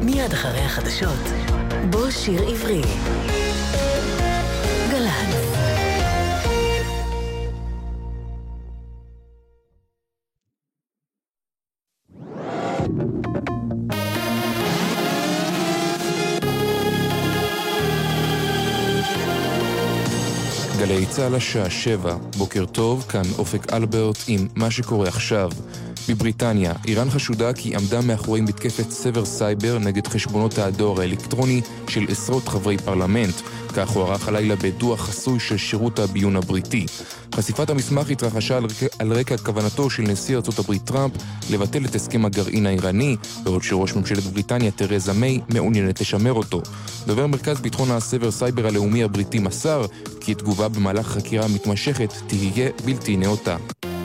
מיד אחרי החדשות, בוא שיר עברי. גל"צ. גלי צהל השעה 7, בוקר טוב, כאן אופק אלברט עם מה שקורה עכשיו. בבריטניה, איראן חשודה כי עמדה מאחורי מתקפת סבר סייבר נגד חשבונות הדואר האלקטרוני של עשרות חברי פרלמנט. כך הוא ערך הלילה בדוח חסוי של שירות הביון הבריטי. חשיפת המסמך התרחשה על רקע כוונתו של נשיא ארצות הברית טראמפ לבטל את הסכם הגרעין האיראני, בעוד שראש ממשלת בריטניה תרזה מיי מעוניינת לשמר אותו. דובר מרכז ביטחון הסבר סייבר הלאומי הבריטי מסר כי תגובה במהלך חקירה מתמשכת תהיה בלתי נאותה.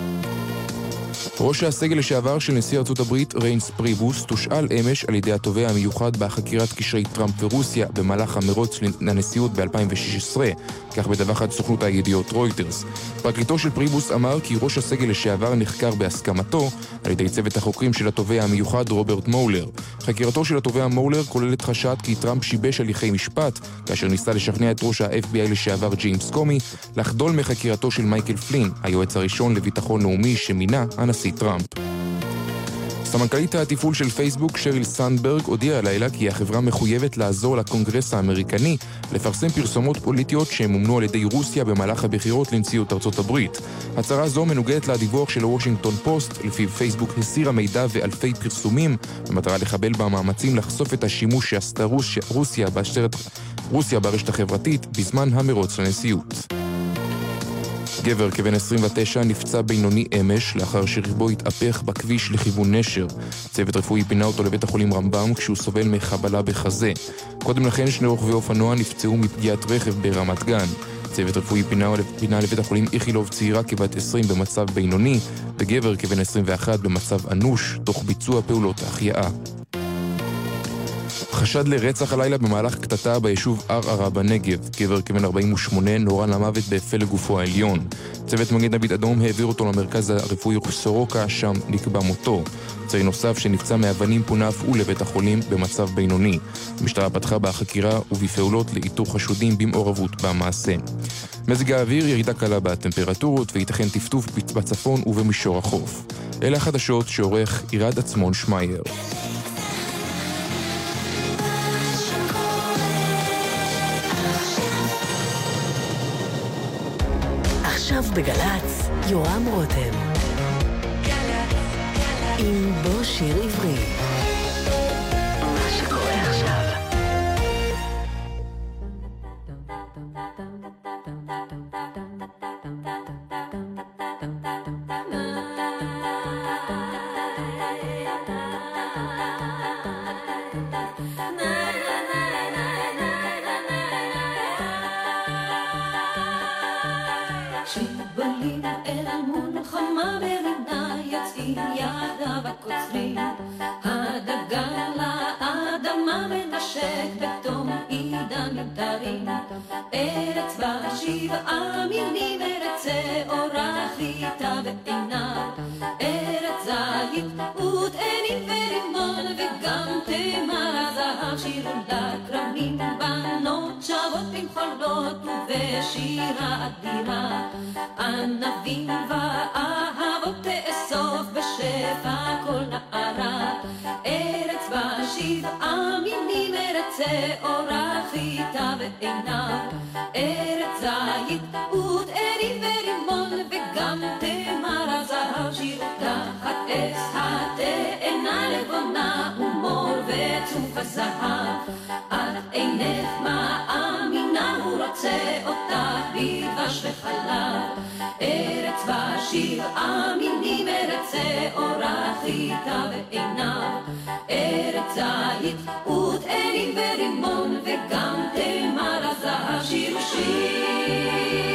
ראש הסגל לשעבר של נשיא ארצות הברית ריינס פריבוס תושאל אמש על ידי התובע המיוחד בחקירת קשרי טראמפ ורוסיה במהלך המרוץ לנשיאות ב-2016, כך מדווחת סוכנות הידיעות רויטרס. פרקליטו של פריבוס אמר כי ראש הסגל לשעבר נחקר בהסכמתו על ידי צוות החוקרים של התובע המיוחד רוברט מולר. חקירתו של התובע מולר כוללת חשד כי טראמפ שיבש הליכי משפט כאשר ניסה לשכנע את ראש ה-FBI לשעבר ג'יימס קומי לחדול מחקירתו של מייקל פלין, היועץ הראשון לביטחון לאומי שמינה הנשיא טראמפ. סמנכ"לית התפעול של פייסבוק שריל סנדברג הודיעה הלילה כי החברה מחויבת לעזור לקונגרס האמריקני לפרסם פרסומות פוליטיות שמומנו על ידי רוסיה במהלך הבחירות לנשיאות ארצות הברית. הצהרה זו מנוגדת לדיווח של הוושינגטון פוסט, לפיו פייסבוק הסירה מידע ואלפי פרסומים במטרה לחבל במאמצים לחשוף את השימוש שעשתה רוסיה ברשת החברתית בזמן המרוץ לנשיאות. גבר כבן 29 נפצע בינוני אמש לאחר שרכבו התהפך בכביש לכיוון נשר. צוות רפואי פינה אותו לבית החולים רמב"ם כשהוא סובל מחבלה בחזה. קודם לכן שני רוכבי אופנוע נפצעו מפגיעת רכב ברמת גן. צוות רפואי פינה לבית החולים איכילוב צעירה כבת 20 במצב בינוני, וגבר כבן 21 במצב אנוש תוך ביצוע פעולות החייאה. חשד לרצח הלילה במהלך קטטה ביישוב ערערה בנגב. גבר כבן 48 נורה למוות באפה לגופו העליון. צוות מגן דוד אדום העביר אותו למרכז הרפואי סורוקה, שם נקבע מותו. צעיר נוסף שנפצע מאבנים פונה אף הוא לבית החולים במצב בינוני. המשטרה פתחה בחקירה ובפעולות לאיתור חשודים במעורבות במעשה. מזג האוויר, ירידה קלה בטמפרטורות וייתכן טפטוף בצפון ובמישור החוף. אלה החדשות שעורך עירד עצמון שמייר. עכשיו בגל"צ, יורם רותם עם בוא שיר עברי. מה שקורה עכשיו. שבולים אל מלחמה ברינה יוצאים ידיו הקוצרים, הדגל לאדמה מנשק בתום עידן יתרים. ארץ בשבעה מינים, ארץ אורה חיטה ועינה, ארץ זית ותאנים ורימון וגם תמר הזהב. שירו לכרמים בנות שבות במחולות ובשירה אדירה, ענבים ואהבות תאסוף בשפע כל נערה. ארץ בשבעה מינים, ארץ אורה חיטה ועינה, ארץ זית ותאנים ורימון וגם תמר הזהב. שירו תחת עץ התאנה לבונה ומור וצוף הזהב, את אינך מאמינה, הוא רוצה אותך בדבש וחלב. ארץ בשבעה מינים, ארץ אורה חיטה ועינה, ארץ זית ותאנים ורימון וגם תמר הזהב. שיר שיר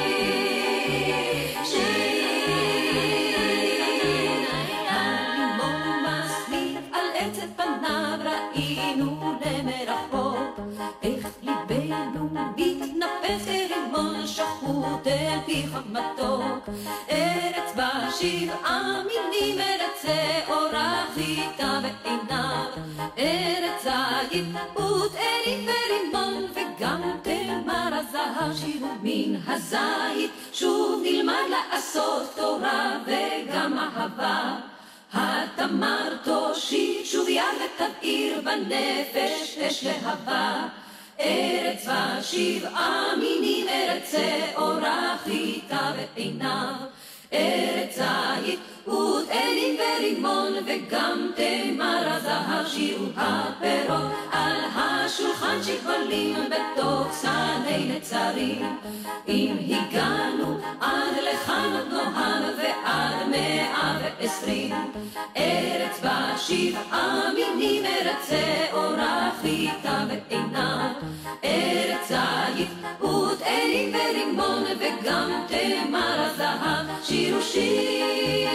הלימון מסמיך על עצת פניו, ראינו למרחוק איך ליבנו מתנפץ כרימון שחוט אל פי חמתוק. ארץ בשבעה מינים, ארץ אורה חיטה ועינה, ארץ זית הזית ותארים ורימון וגם תמר הזהב שירו מן הזית שוב נלמד לעשות תורה וגם אהבה התמר תושיט שוב יד ותבעיר בנפש אש להבה ארץ ושבעה מינים ארץ שעורה חיטה ועיניו ארץ זית ותאנים ורימון וגם תמר הזהב שירו הפירות על השולחן שכבלים בתוך סלי נצרים אם הגענו עד לכאן עוד נוהל ועד 120 ארץ ושבעה מינים ארץ שעורה חיטה ועיניו ארץ זית ותאנים ורימון וגם תמר הזהב שירו שיר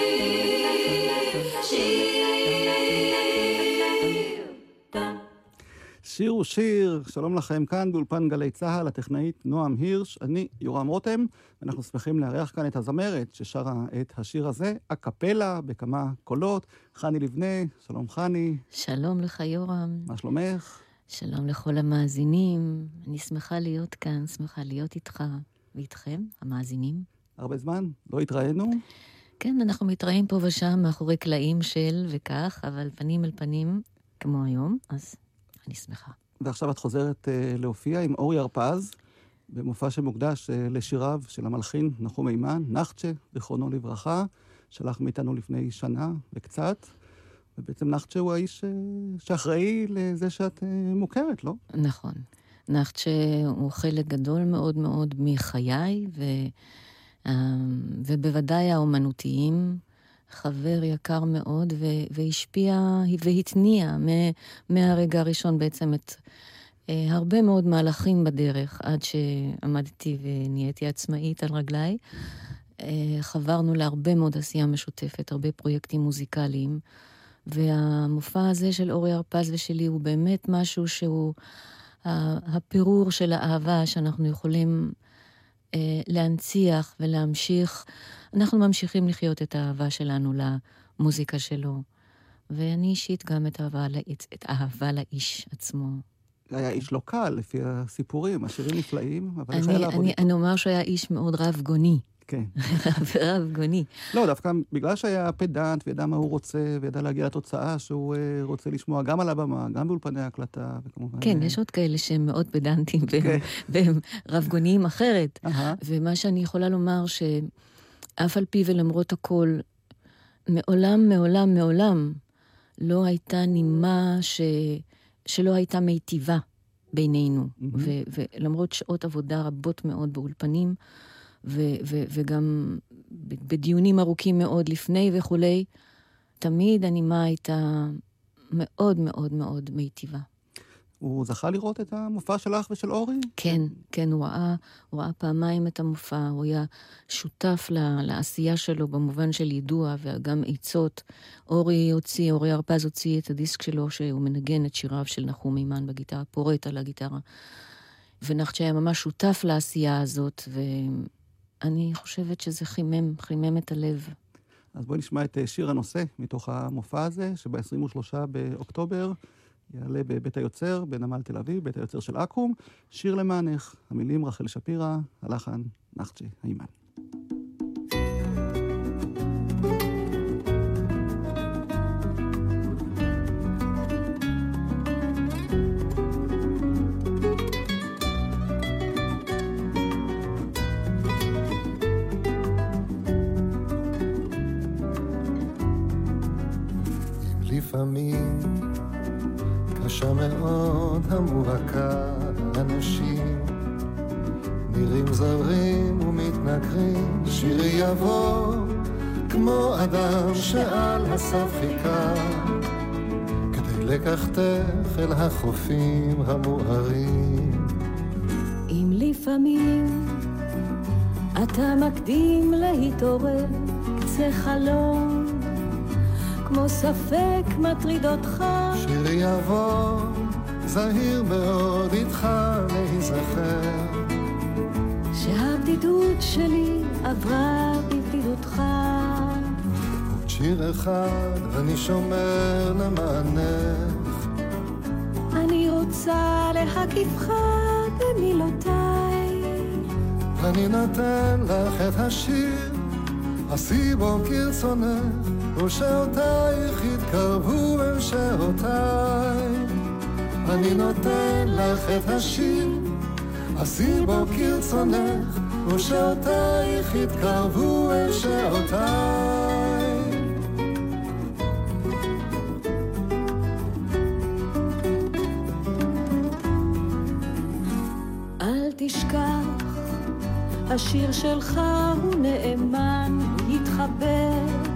שיר הוא שיר, שלום לכם כאן באולפן גלי צהל, הטכנאית נועם הירש, אני יורם רותם, ואנחנו שמחים לארח כאן את הזמרת ששרה את השיר הזה, הקפלה בכמה קולות, חני לבנה, שלום חני. שלום לך יורם. מה שלומך? שלום לכל המאזינים, אני שמחה להיות כאן, שמחה להיות איתך ואיתכם, המאזינים. הרבה זמן, לא התראינו? כן, אנחנו מתראים פה ושם מאחורי קלעים של וכך, אבל פנים אל פנים כמו היום, אז אני שמחה. ועכשיו את חוזרת להופיע עם אורי הרפז, במופע שמוקדש לשיריו של המלחין נחום מימן, נחצ'ה, זכרונו לברכה, שלח מאיתנו לפני שנה וקצת, ובעצם נחצ'ה הוא האיש שאחראי לזה שאת מוכרת, לא? נכון. נחצ'ה הוא חלק גדול מאוד מאוד מחיי, ובוודאי האומנותיים, חבר יקר מאוד, והשפיע והתניע מהרגע הראשון בעצם את הרבה מאוד מהלכים בדרך, עד שעמדתי ונהייתי עצמאית על רגליי. חברנו להרבה מאוד עשייה משותפת, הרבה פרויקטים מוזיקליים, והמופע הזה של אורי הרפז ושלי הוא באמת משהו שהוא הפירור של האהבה שאנחנו יכולים להנציח ולהמשיך. אנחנו ממשיכים לחיות את האהבה שלנו למוזיקה שלו, ואני אישית גם את האהבה לאיש עצמו. היה איש לא קל לפי הסיפורים, השירים נפלאים, אבל אני אומר שהיה איש מאוד רב גוני. כן. רב גוני. לא, דווקא בגלל שהיה פדנט וידע מה הוא רוצה, וידע להגיע לתוצאה שהוא רוצה לשמוע גם על הבמה, גם באולפני ההקלטה, וכמובן... כן, יש עוד כאלה שהם מאוד פדנטים, והם רב גוניים אחרת. ומה שאני יכולה לומר שאף על פי ולמרות הכל, מעולם לא הייתה נימה שלא הייתה מיטיבה בינינו. ולמרות שעות עבודה רבות מאוד באולפנים, וגם בדיונים ארוכים מאוד לפני וכולי, תמיד הנימה הייתה מאוד מאוד מאוד מיטיבה. הוא זכה לראות את המופע שלך ושל אורי? כן, הוא ראה פעמיים את המופע, הוא היה שותף לעשייה שלו במובן של ידוע וגם עצות. אורי הרפז הוציא את הדיסק שלו שהוא מנגן את שיריו של נחום מימן בגיטרה, פורט על הגיטרה. ונחצ'ה היה ממש שותף לעשייה הזאת, ואני חושבת שזה חימם את הלב. אז בואי נשמע את שיר הנושא מתוך המופע הזה, שב-23 באוקטובר יעלה בבית היוצר, בנמל תל אביב, בית היוצר של אקו"ם, שיר למענך, המילים רחל שפירא, הלחן נחצ'ה מימן. לפעמים קשה מאוד המורקה, אנשים נראים זרים ומתנגרים, שירי יבוא כמו אדם שעל הסף חיכה כדי לקחתך אל החופים המוארים. אם לפעמים אתה מקדים להתעורר קצה חלום כמו ספק מטריד אותך, שירי יבוא זהיר מאוד איתך להיזכר שהבדידות שלי עברה בבדידותך. עוד שיר אחד אני שומר למענך, רוצה להקיפך במילותיי. אני נותן לך את השיר, עשי בו כרצונך, ושעותייך יתקרבו אל שעותיי. אני נותן לך את השיר, עשי בו כרצונך, ושעותייך יתקרבו אל שעותיי. אל תשכח, השיר שלך הוא נאמן, יתחבר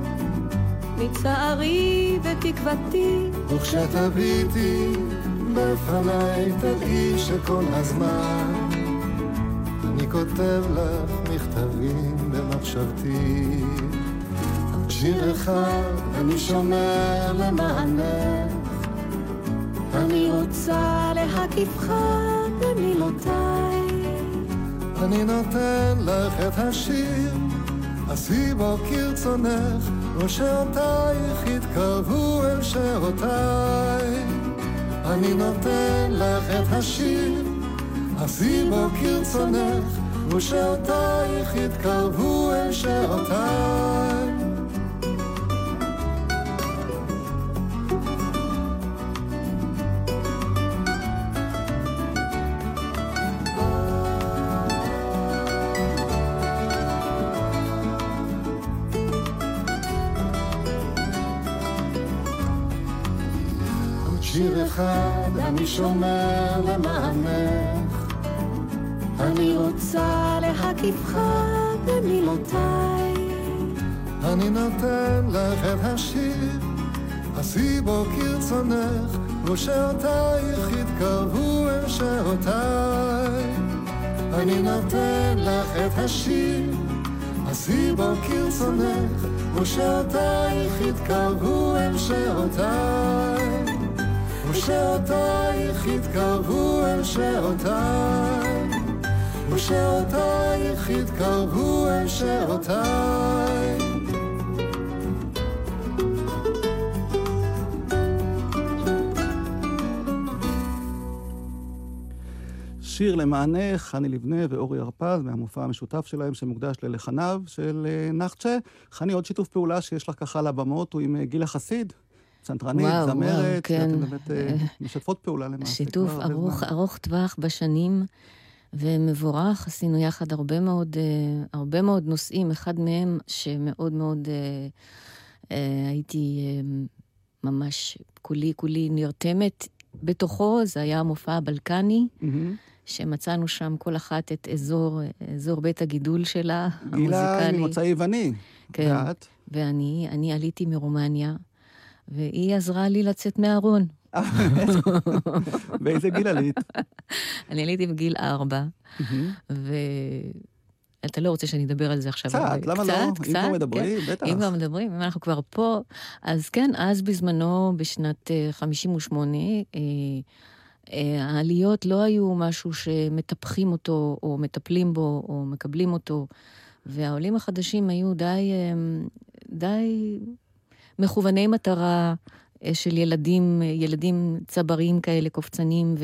מצערי ותקוותי. וכשתביטי בפניי תדעי שכל הזמן אני כותב לך מכתבים במחשבתי. שיר אחד אני שומר למענך, אני רוצה להקיפך במילותיי. אני נותן לך את השיר, עשי בו כרצונך, ושעותייך יתקרבו אל שעותיי. אני נותן לך את השיר, עשי בו כרצונך, ושעותייך יתקרבו אל שעותיי. שיר אחד אני שומר למענך, אני רוצה להקיפך במילותיי. אני נותן לך את השיר, עשי בו כרצונך, ושעותייך יתקרבו אל שעותיי. אני נותן לך את השיר, עשי בו כרצונך, ושעותייך יתקרבו אל שעותיי. ושעותייך יתקרבו אל שעותיי, ושעותייך יתקרבו אל שעותיי. שיר למענך, חני לבנה ואורי הרפז, מהמופע המשותף שלהם שמוקדש ללחניו של נחצ'ה. חני, עוד שיתוף פעולה שיש לך ככה לבמות הוא עם גילה חסיד. צנטרנית, זמרת, כן. אתם באמת משתפות פעולה למעשה. שיתוף ארוך טווח בשנים, ומבורך, עשינו יחד הרבה מאוד נושאים, אחד מהם שמאוד מאוד הייתי ממש כולי נרתמת בתוכו, זה היה המופע הבלקני, שמצאנו שם כל אחת את אזור בית הגידול שלה, המוזיקלי. גילה ממוצא יווני. כן, ואני עליתי מרומניה, והיא עזרה לי לצאת מהארון. באיזה גיל עלית? אני עליתי בגיל 4, ואתה לא רוצה שאני אדבר על זה עכשיו. קצת, למה לא? אם כבר מדברים, בטח. אם כבר מדברים, אם אנחנו כבר פה, אז כן, אז בזמנו, בשנת 58, העליות לא היו משהו שמטפחים אותו, או מטפלים בו, או מקבלים אותו, והעולים החדשים היו די מכווני מטרה של ילדים צברים כאלה, קופצנים,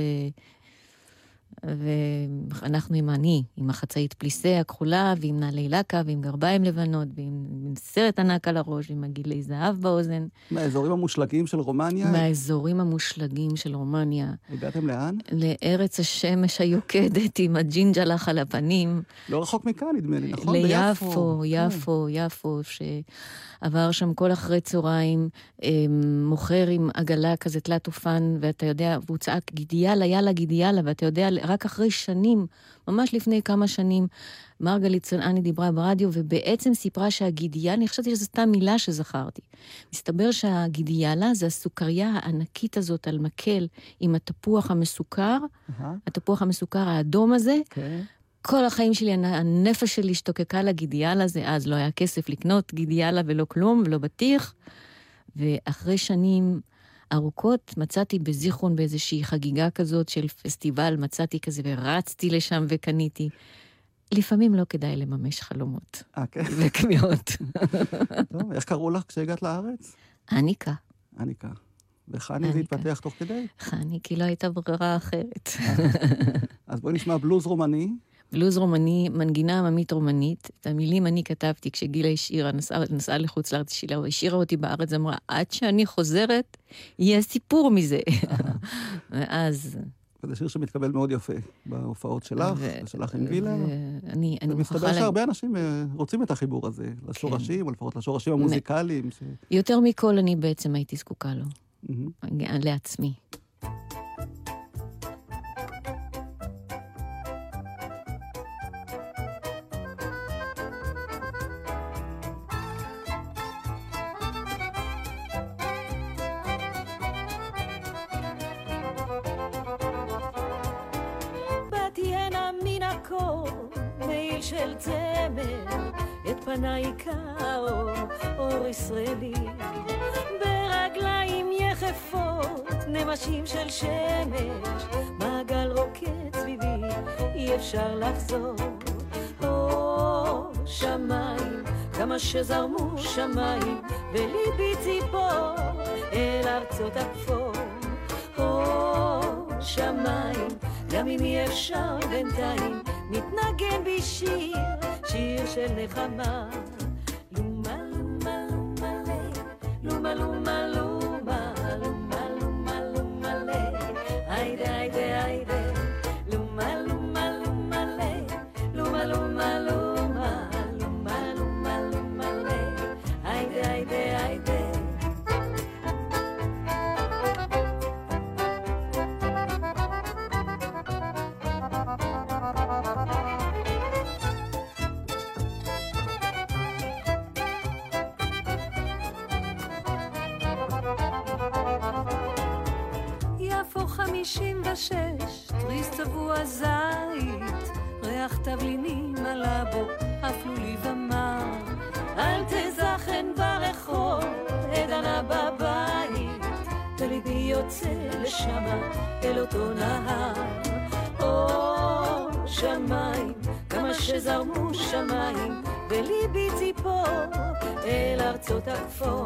ואנחנו עם החצאית פליסה הכחולה, ועם נעלי לקה, ועם גרביים לבנות, ועם סרט ענק על הראש, ועם עגילי זהב באוזן. מהאזורים המושלגים של רומניה? מהאזורים המושלגים של רומניה. הגעתם לאן? לארץ השמש היוקדת, עם הג'ינג'לח על הפנים. לא רחוק מכאן, נדמה לי, נכון? יפו, שעבר שם כל אחרי צהריים, מוכר עם עגלה כזה תלת אופן, ואתה יודע, והוא צעק גידיאלה, יאללה גידיאלה, ואתה יודע, רק אחרי שנים, ממש לפני כמה שנים, מרגלית צנעני דיברה ברדיו, ובעצם סיפרה שהגידיאלה, אני חשבתי שזו סתם מילה שזכרתי. מסתבר שהגידיאלה זה הסוכריה הענקית הזאת על מקל, עם התפוח המסוכר, התפוח המסוכר האדום הזה, כל החיים שלי, הנפש שלי השתוקקה לגידיאלה הזה, אז לא היה כסף לקנות גידיאלה ולא כלום, ולא בטיח, ואחרי שנים ארוכות מצאתי בזיכרון באיזושהי חגיגה כזאת של פסטיבל, מצאתי כזה ורצתי לשם וקניתי. לפעמים לא כדאי לממש חלומות. כן. וכמיהות. טוב, איך קראו לך כשהגעת לארץ? אניקה. אניקה. וחני זה התפתח תוך כדי? חני, כי לא הייתה ברירה אחרת. אז בואי נשמע בלוז רומני. בלוז רומני, מנגינה עממית רומנית. את המילים אני כתבתי כשגילה השאירה, נסעה לחוץ לארץ שלה, השאירה אותי בארץ, אמרה, עד שאני חוזרת, יהיה סיפור מזה. ואז... וזה שיר שמתקבל מאוד יפה בהופעות שלך, ושלך עם גילה. ומסתבר שהרבה אנשים רוצים את החיבור הזה, לשורשים, או לפחות לשורשים המוזיקליים. יותר מכל אני בעצם הייתי זקוקה לו. לעצמי. של צמר, את פניי כאור, אור ישראלי, ברגליים יחפות, נמשים של שמש, מעגל רוקד סביבי, אי אפשר לחזור. או שמיים, כמה שזרמו שמיים, וליבי ציפור, אל ארצות הכפור. או שמיים, גם אם אי אפשר בינתיים, מתנגן בשיר, שיר של נחמה. לומה לומה לומה לי, לומה לומה לומה, לומה לומה לומה לי, היידה היידה היידה, לומה לומה לומה לי, לומה לומה לומה, לומה לומה לומה לי, היידה היידה היידה. תריס צבוע זית, ריח תבלינים עלה בו, אפלו לי ומר. אל תזכן ברחוב, עדנה בבית, וליבי יוצא לשמה, אל אותו נהר. או שמיים, כמה שזרמו שמיים, וליבי ציפור, אל ארצות הכפור.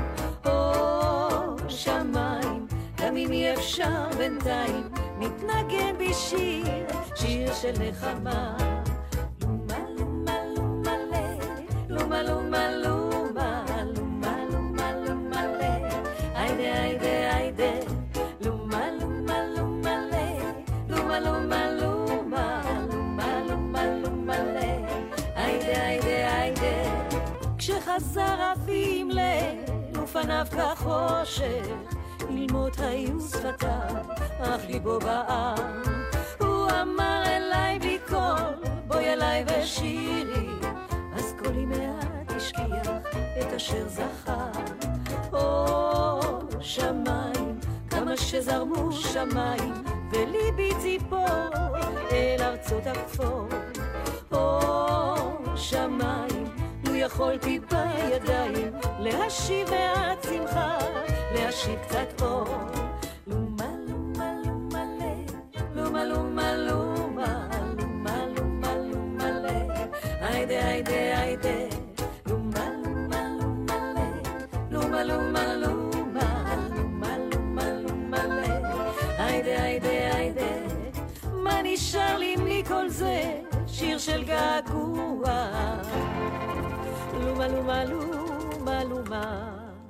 או שמיים, גם אם אי אפשר בינתיים, מתנגן בשיר, שיר של נחמה. לומה לומה לומה לי, לומה לומה לומה, לומה לומה לומה לי, היידה היידה היידה, לומה לומה לומה לי, לומה לומה לומה, לומה לומה לומה לי, היידה היידה היידה. כשחזר אבים לפניו כחושך, ללמוד היו שפתיו, אך ליבו בעם. הוא אמר אליי בקול, בואי אליי ושירי, אז קולי מעט השכיח את אשר זכר. או שמיים, כמה שזרמו שמיים, וליבי ציפור, אל ארצות הכפור. או שמיים, לו יכולתי בידיים, להשיב מעט שמחה, להשיב קצת אור. לומה לומה לומה לי, לומה לומה לומה, לומה לומה לומה לי, היידה היידה היידה, לומה לומה לומה לי, לומה לומה לומה, לומה לומה לומה לי, היידה היידה היידה. מה נשאר לי מכל זה? שיר של געגוע. לומה לומה לומה לומה,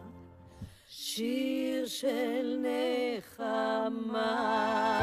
שיר של נחמה.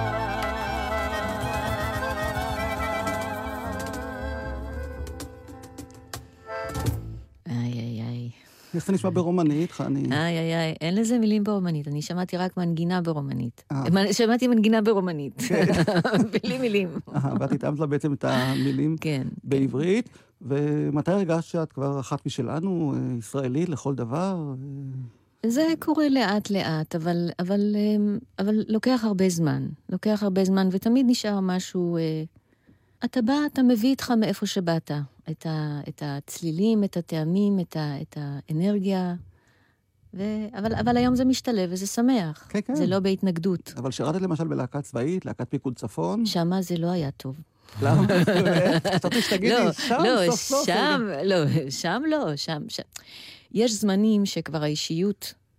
איך זה נשמע ברומנית, חני? אין לזה מילים ברומנית, אני שמעתי רק מנגינה ברומנית. שמעתי מנגינה ברומנית, בלי מילים. ואת התאמת לה בעצם את המילים בעברית, ומתי הרגשת שאת כבר אחת משלנו, ישראלית לכל דבר? זה קורה לאט לאט, אבל לוקח הרבה זמן, ותמיד נשאר משהו, אתה בא, אתה מביא איתך מאיפה שבאת, את הצלילים, את הטעמים, את האנרגיה, אבל היום זה משתלב וזה שמח, כן. זה לא בהתנגדות. אבל שירתת למשל בלהקת צבאית, להקת פיקוד צפון? שמה זה לא היה טוב. למה? חשבתי שתגידי, שם סוף סוף. שם לא. יש זמנים שכבר האישיות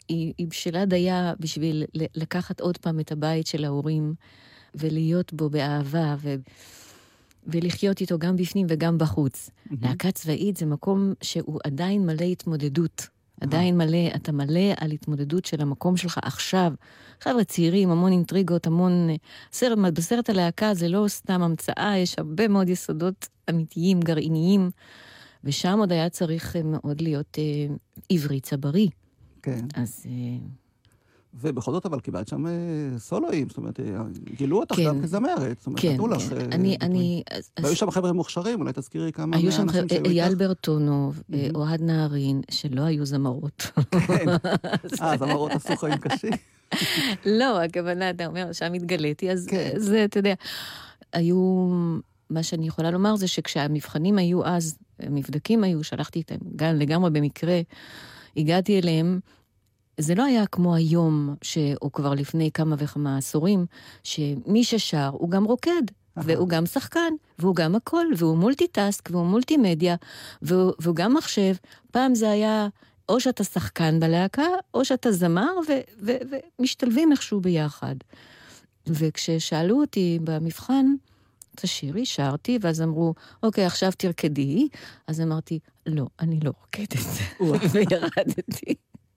היא בשלה דייה בשביל לקחת עוד פעם את הבית של ההורים, ולהיות בו באהבה, ולחיות איתו גם בפנים וגם בחוץ. להקה צבאית זה מקום שהוא עדיין מלא התמודדות. עדיין מלא, אתה מלא על התמודדות של המקום שלך עכשיו. חבר'ה צעירים, המון אינטריגות, המון... בסרט הלהקה זה לא סתם המצאה, יש הרבה מאוד יסודות אמיתיים, גרעיניים, ושם עוד היה צריך מאוד להיות עברי צברי. כן. אז... ובכל זאת אבל קיבלת שם סולואים, זאת אומרת, גילו אותך גם כזמרת, זאת אומרת, נתנו לך... והיו שם חבר'ה מוכשרים, אולי תזכירי כמה היו שם מהאנשים שהיו איתך. אייל ברטונוב, אוהד נהרין, שלא היו זמרות. כן, זמרות עשו חיים קשים. לא, הכוונה, אתה אומר, שם התגליתי, אז זה, אתה יודע, היו... מה שאני יכולה לומר זה שכשהמבחנים היו אז, המבדקים היו, שלחתי איתם, גם לגמרי במקרה, הגעתי אליהם, זה לא היה כמו היום, או כבר לפני כמה וכמה עשורים, שמי ששר הוא גם רוקד, והוא גם שחקן, והוא גם הכל, והוא מולטיטאסק, והוא מולטימדיה, והוא גם מחשב. פעם זה היה או שאתה שחקן בלהקה, או שאתה זמר, ומשתלבים איכשהו ביחד. וכששאלו אותי במבחן, תשירי, שרתי, ואז אמרו, אוקיי, עכשיו תרקדי. אז אמרתי, לא, אני לא רוקדת. וירדתי.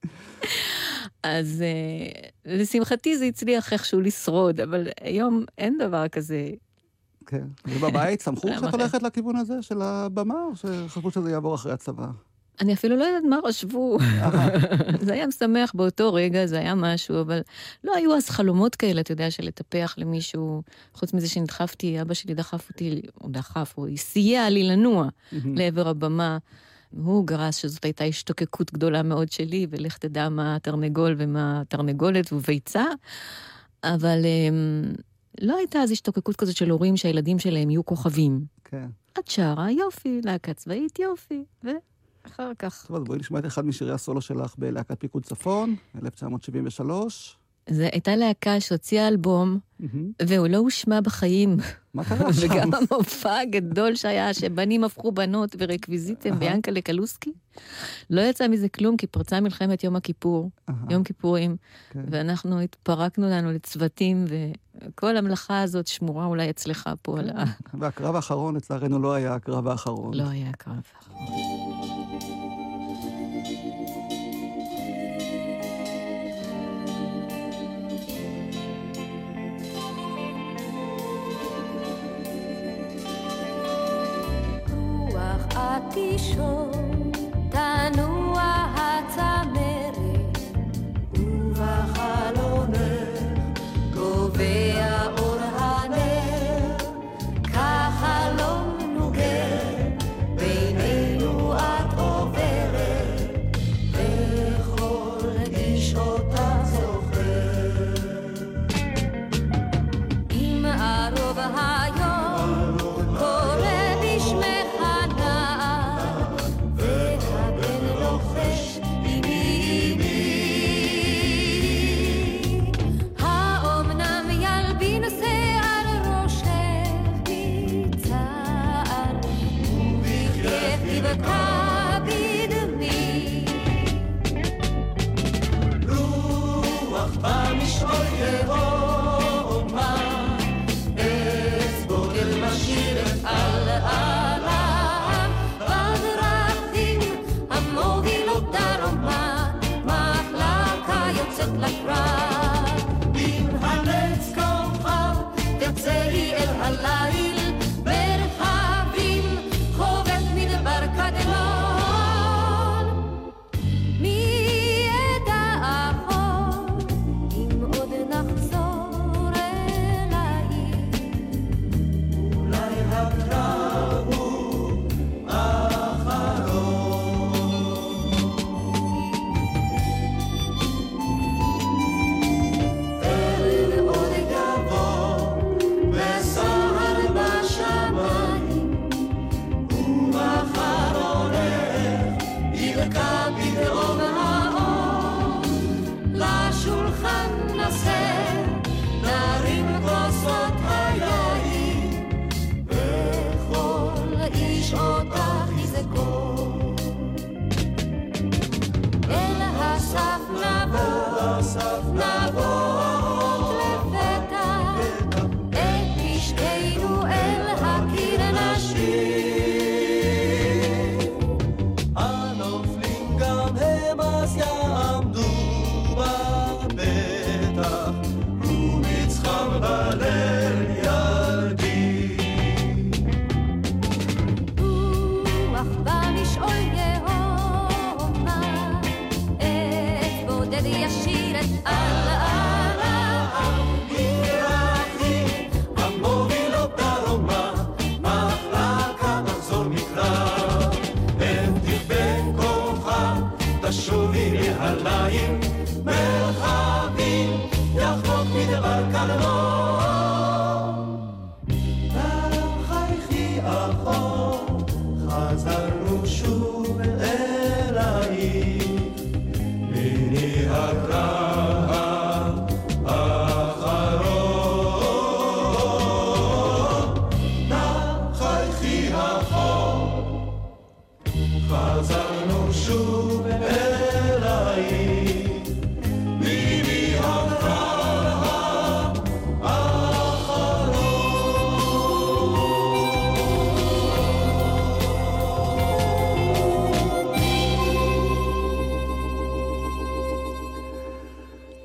אז לשמחתי זה הצליח איכשהו לשרוד, אבל היום אין דבר כזה. כן. ובבית שמחו שאת הולכת לכיוון הזה של הבמה, או שחשבו שזה יעבור אחרי הצבא? אני אפילו לא יודעת מה חשבו. זה היה משמח באותו רגע, זה היה משהו, אבל לא היו אז חלומות כאלה, אתה יודע, של לטפח למישהו, חוץ מזה שנדחפתי, אבא שלי דחף אותי, הוא סייע לי לנוע לעבר הבמה, הוא גרס שזאת הייתה השתוקקות גדולה מאוד שלי, ולך תדע מה התרנגול ומה התרנגולת וביצה, אבל לא הייתה אז השתוקקות כזאת של הורים שהילדים שלהם יהיו כוכבים. כן. את שרה, יופי, להקה צבאית, יופי, ואחר כך. טוב, אז בואי נשמע את אחד משירי הסולו שלך בלהקת פיקוד צפון, 1973. זו הייתה להקה שהוציאה אלבום, והוא לא הושמע בחיים. מה קרה שם? וגם המופע הגדול שהיה, שבנים הפכו בנות ורקוויזיטים ביאנקלה קלוסקי, לא יצא מזה כלום, כי פרצה מלחמת יום הכיפור, יום כיפורים, ואנחנו התפרקנו לנו לצוותים, וכל המלאכה הזאת שמורה אולי אצלך פה. והקרב האחרון, לצערנו, לא היה הקרב האחרון. לא היה הקרב האחרון. תישון, תנוע הצמרת, ובחלונך גובע אור הנר, כחלום נוגה, בינינו את עוברת, וכל איש אותה זוכר. אם ערוב היום קורא בשמך,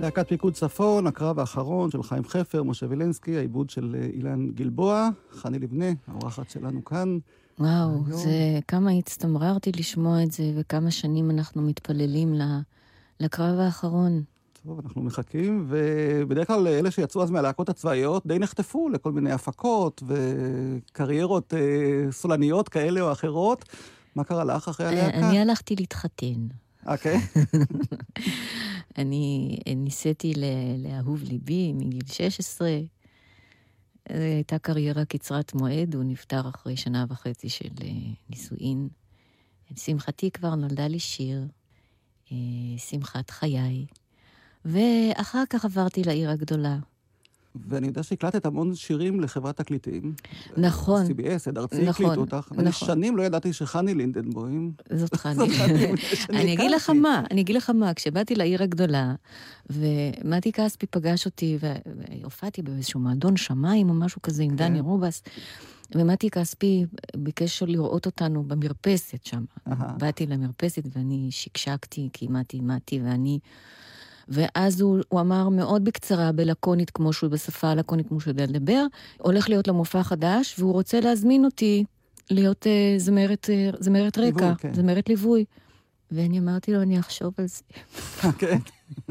להקת פיקוד צפון, הקרב האחרון של חיים חפר, משה וילנסקי, העיבוד של אילן גלבוע, חני לבנה, האורחת שלנו כאן. וואו, זה כמה הצטמררתי לשמוע את זה, וכמה שנים אנחנו מתפללים לקרב האחרון. טוב, אנחנו מחכים, ובדרך כלל אלה שיצאו אז מהלהקות הצבאיות די נחטפו לכל מיני הפקות וקריירות סולניות כאלה או אחרות. מה קרה לך אחרי הלהקה? אני הלכתי להתחתן. אוקיי. אני ניסיתי לאהוב ליבי מגיל 16. הייתה קריירה קצרת מועד, הוא נפטר אחרי 1.5 שנה של נישואין. שמחתי כבר נולדה לי שיר, שמחת חיי. ואחר כך עברתי לעיר הגדולה. ואני יודע שהקלטת המון שירים לחברת תקליטים. נכון. CBS, עד ארצי הקליטו אותך. אני שנים לא ידעתי שחני לינדנבוים. זאת חני. אני אגיד לך מה, כשבאתי לעיר הגדולה, ומתי כספי פגש אותי, והופעתי באיזשהו מועדון שמיים או משהו כזה עם דני רובס, ומתי כספי ביקש לראות אותנו במרפסת שם. באתי למרפסת ואני שקשקתי, כי מתי ואני... ואז הוא אמר מאוד בקצרה, בלקונית כמו שהוא, בשפה הלקונית כמו שהוא יודע לדבר, הולך להיות למופע חדש, והוא רוצה להזמין אותי להיות זמרת רקע, זמרת ליווי. ואני אמרתי לו, אני אחשוב על זה. כן.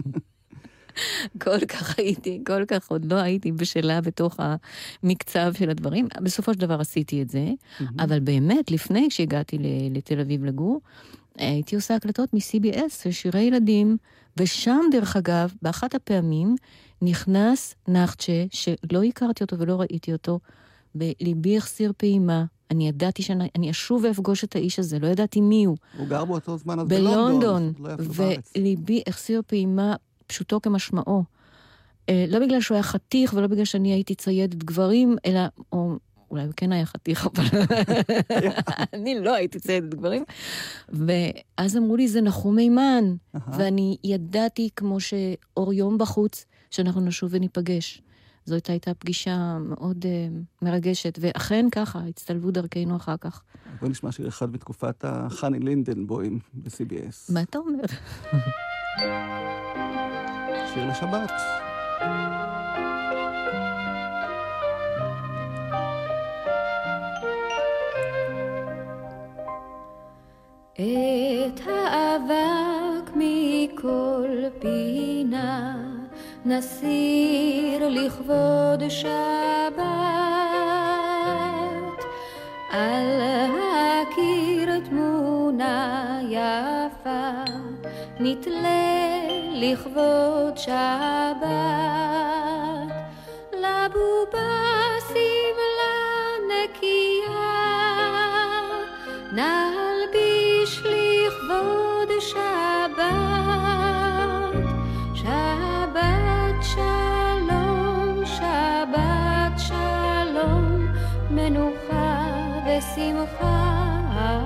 כל כך עוד לא הייתי בשלה בתוך המקצב של הדברים. בסופו של דבר עשיתי את זה, אבל באמת, לפני שהגעתי לתל אביב לגור, הייתי עושה הקלטות מ-CBS, שירי ילדים, ושם דרך אגב, באחת הפעמים, נכנס נחצ'ה, שלא הכרתי אותו ולא ראיתי אותו, בליבי החסיר פעימה. אני ידעתי שאני אשוב ואפגוש את האיש הזה, לא ידעתי מי הוא. הוא גר באותו זמן אז בלונדון. וליבי החסיר פעימה פשוטו כמשמעו. לא בגלל שהוא היה חתיך, ולא בגלל שאני הייתי ציידת גברים, אלא... אולי הוא כן היה חתיך, אבל אני לא הייתי ציידת גברים. ואז אמרו לי, זה נחום מימן. ואני ידעתי, כמו שאור יום בחוץ, שאנחנו נשוב וניפגש. זאת הייתה פגישה מאוד מרגשת, ואכן ככה, הצטלבו דרכנו אחר כך. בוא נשמע שיר אחד בתקופת החני לינדנבוים ב-CBS. מה אתה אומר? שיר לשבת. את האבק מכל פינה נסיר לכבוד שבת, על הקיר תמונה יפה נתלה לכבוד שבת, לבובה שמלה נקייה נלביש לכבוד שבת, שבת שלום, שבת שלום, מנוחה ושמחה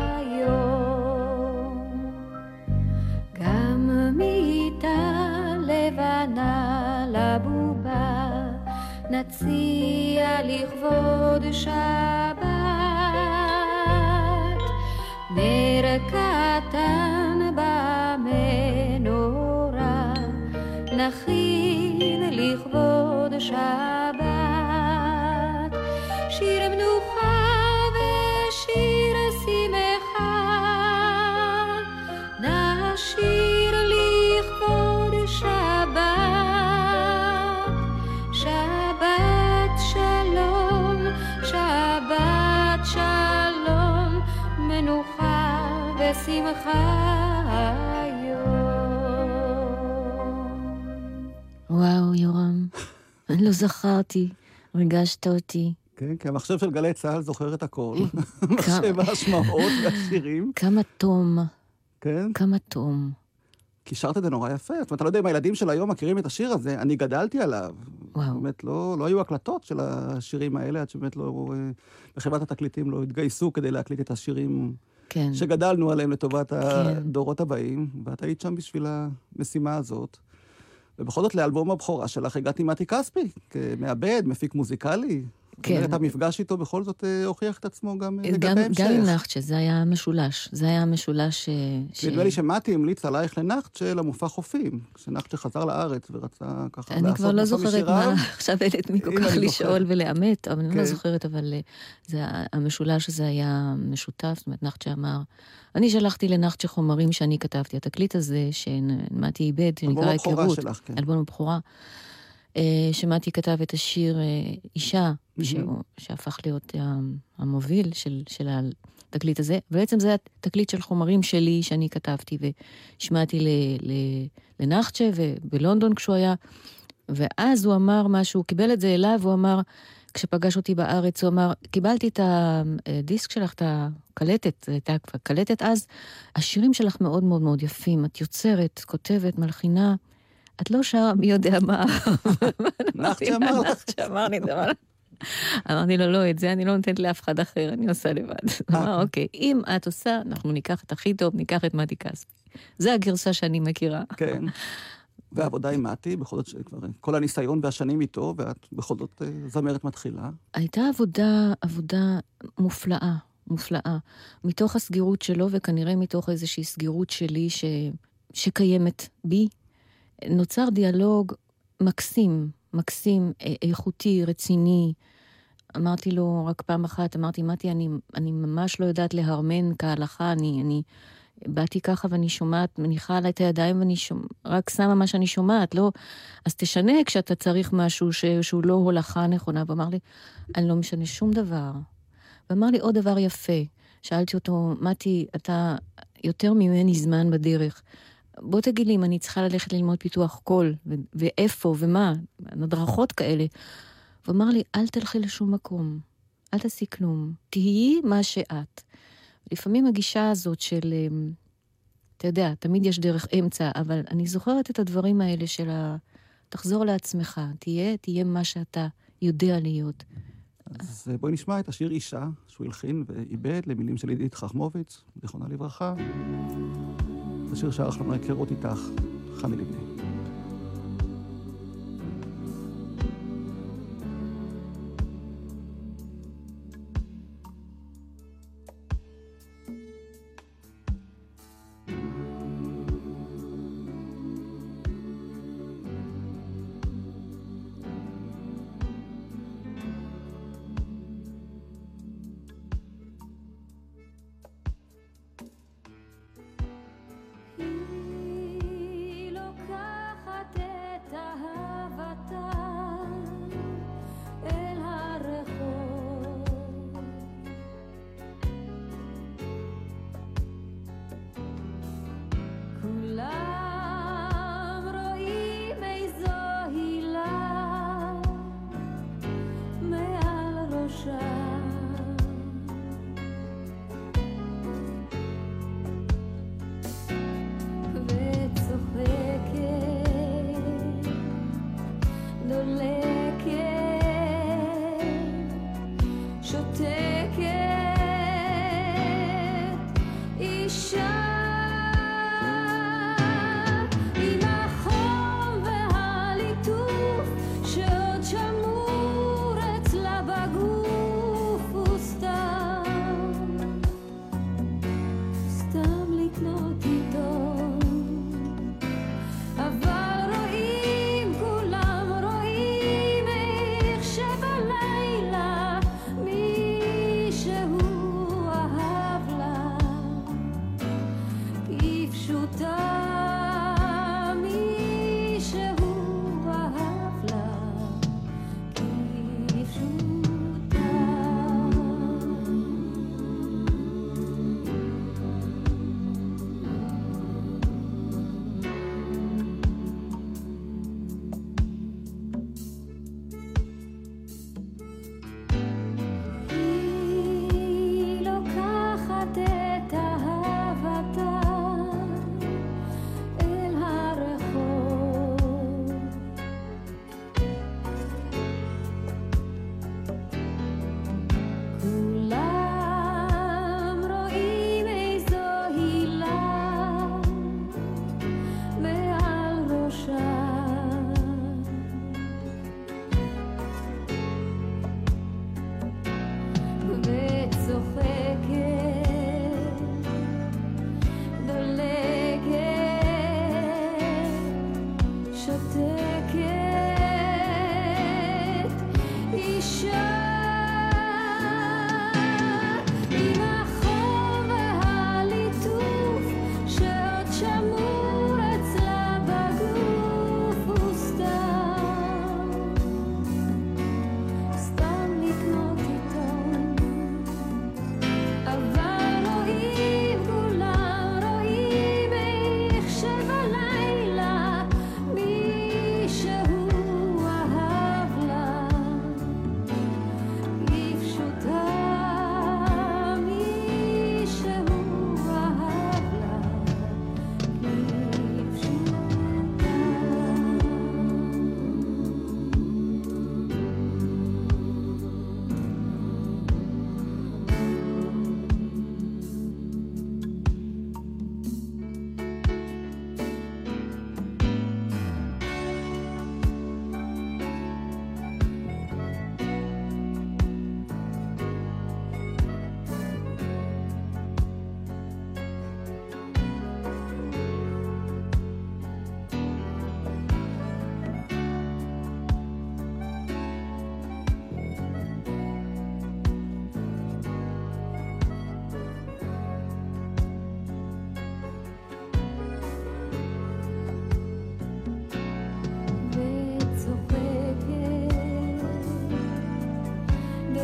היום. גם מיטה לבנה לבובה נציע לכבוד שבת, נר קטן במנורה נכין לכבוד שבת, שיר מנוחה ושיר שמחה נשיר לכבוד שבת, שבת שלום, שבת שלום, מנוחה ושמחה היום. וואו, יורם, אני לא זכרתי, ריגשת אותי. כן, כי המחשב של גלי צהל זוכר את הכל. מחשב ההשמעות והשירים. כמה תום. כן? כמה תום. כי שרת את זה נורא יפה. זאת אומרת, אתה לא יודע אם הילדים של היום מכירים את השיר הזה, אני גדלתי עליו. וואו. באמת, לא היו הקלטות של השירים האלה, עד שבאמת לא, בחברת התקליטים לא התגייסו כדי להקליט את השירים כן. שגדלנו עליהם לטובת הדורות הבאים, ואת היית שם בשביל המשימה הזאת. ובכל זאת, לאלבום הבכורה שלך הגעתי מתי כספי, כמעבד, מפיק מוזיקלי. כן. המפגש איתו בכל זאת הוכיח את עצמו גם בהמשך. גם עם נחצ'ה, זה היה משולש. זה היה משולש נדמה לי שמתי המליץ עלייך לנחצ'ה למופע חופים, כשנחצ'ה חזר לארץ ורצה ככה לעשות אני כבר לא זוכרת מה, עכשיו את מי כל כך לשאול ולאמת, אבל אני לא זוכרת, אבל המשולש הזה היה משותף, זאת אומרת, נחצ'ה אמר, אני שלחתי לנחצ'ה חומרים שאני כתבתי, התקליט הזה שמתי איבד, שנקרא היכרות, אלבום הבכורה, שמתי כתב את השיר אישה, שהפך להיות המוביל של התקליט הזה, ובעצם זה התקליט של חומרים שלי שאני כתבתי, ושמעתי לנחצ'ה ובלונדון כשהוא היה, ואז הוא אמר משהו, הוא קיבל את זה אליו, הוא אמר, כשפגש אותי בארץ, הוא אמר, קיבלתי את הדיסק שלך, את הקלטת, הייתה כבר קלטת אז, השירים שלך מאוד מאוד מאוד יפים, את יוצרת, כותבת, מלחינה, את לא שרה מי יודע מה. נחצ'ה אמר לך. נחצ'ה אמר לי דבר. אמרתי לו, לא, את זה אני לא נותנת לאף אחד אחר, אני עושה לבד. אמר, אוקיי, אם את עושה, אנחנו ניקח את הכי טוב, ניקח את מתי כספי. זה הגרסה שאני מכירה. כן. והעבודה עם מתי, בכל זאת שכבר כל הניסיון והשנים איתו, ואת בכל זאת זמרת מתחילה. הייתה עבודה מופלאה, מופלאה. מתוך הסגירות שלו, וכנראה מתוך איזושהי סגירות שלי שקיימת בי, נוצר דיאלוג מקסים, מקסים, איכותי, רציני. אמרתי לו רק פעם אחת, אמרתי, מתי, אני ממש לא יודעת להרמן כהלכה, אני באתי ככה ואני שומעת, מניחה עליי את הידיים ואני רק שמה מה שאני שומעת, לא, אז תשנה כשאתה צריך משהו שהוא לא הולכה נכונה, ואמר לי, אני לא משנה שום דבר. ואמר לי עוד דבר יפה, שאלתי אותו, מתי, אתה יותר ממני זמן בדרך, בוא תגיד לי אם אני צריכה ללכת ללמוד פיתוח קול, ואיפה ומה, הדרכות כאלה. הוא אמר לי, אל תלכי לשום מקום, אל תעשי כלום, תהיי מה שאת. לפעמים הגישה הזאת של, אתה יודע, תמיד יש דרך אמצע, אבל אני זוכרת את הדברים האלה של תחזור לעצמך, תהיה מה שאתה יודע להיות. אז בואי נשמע את השיר אישה, שהוא הלחין ואיבד למילים של עידית חכמוביץ, זיכרונה לברכה. השיר שערך לנו היכרות איתך, חני לבני. היא לוקחת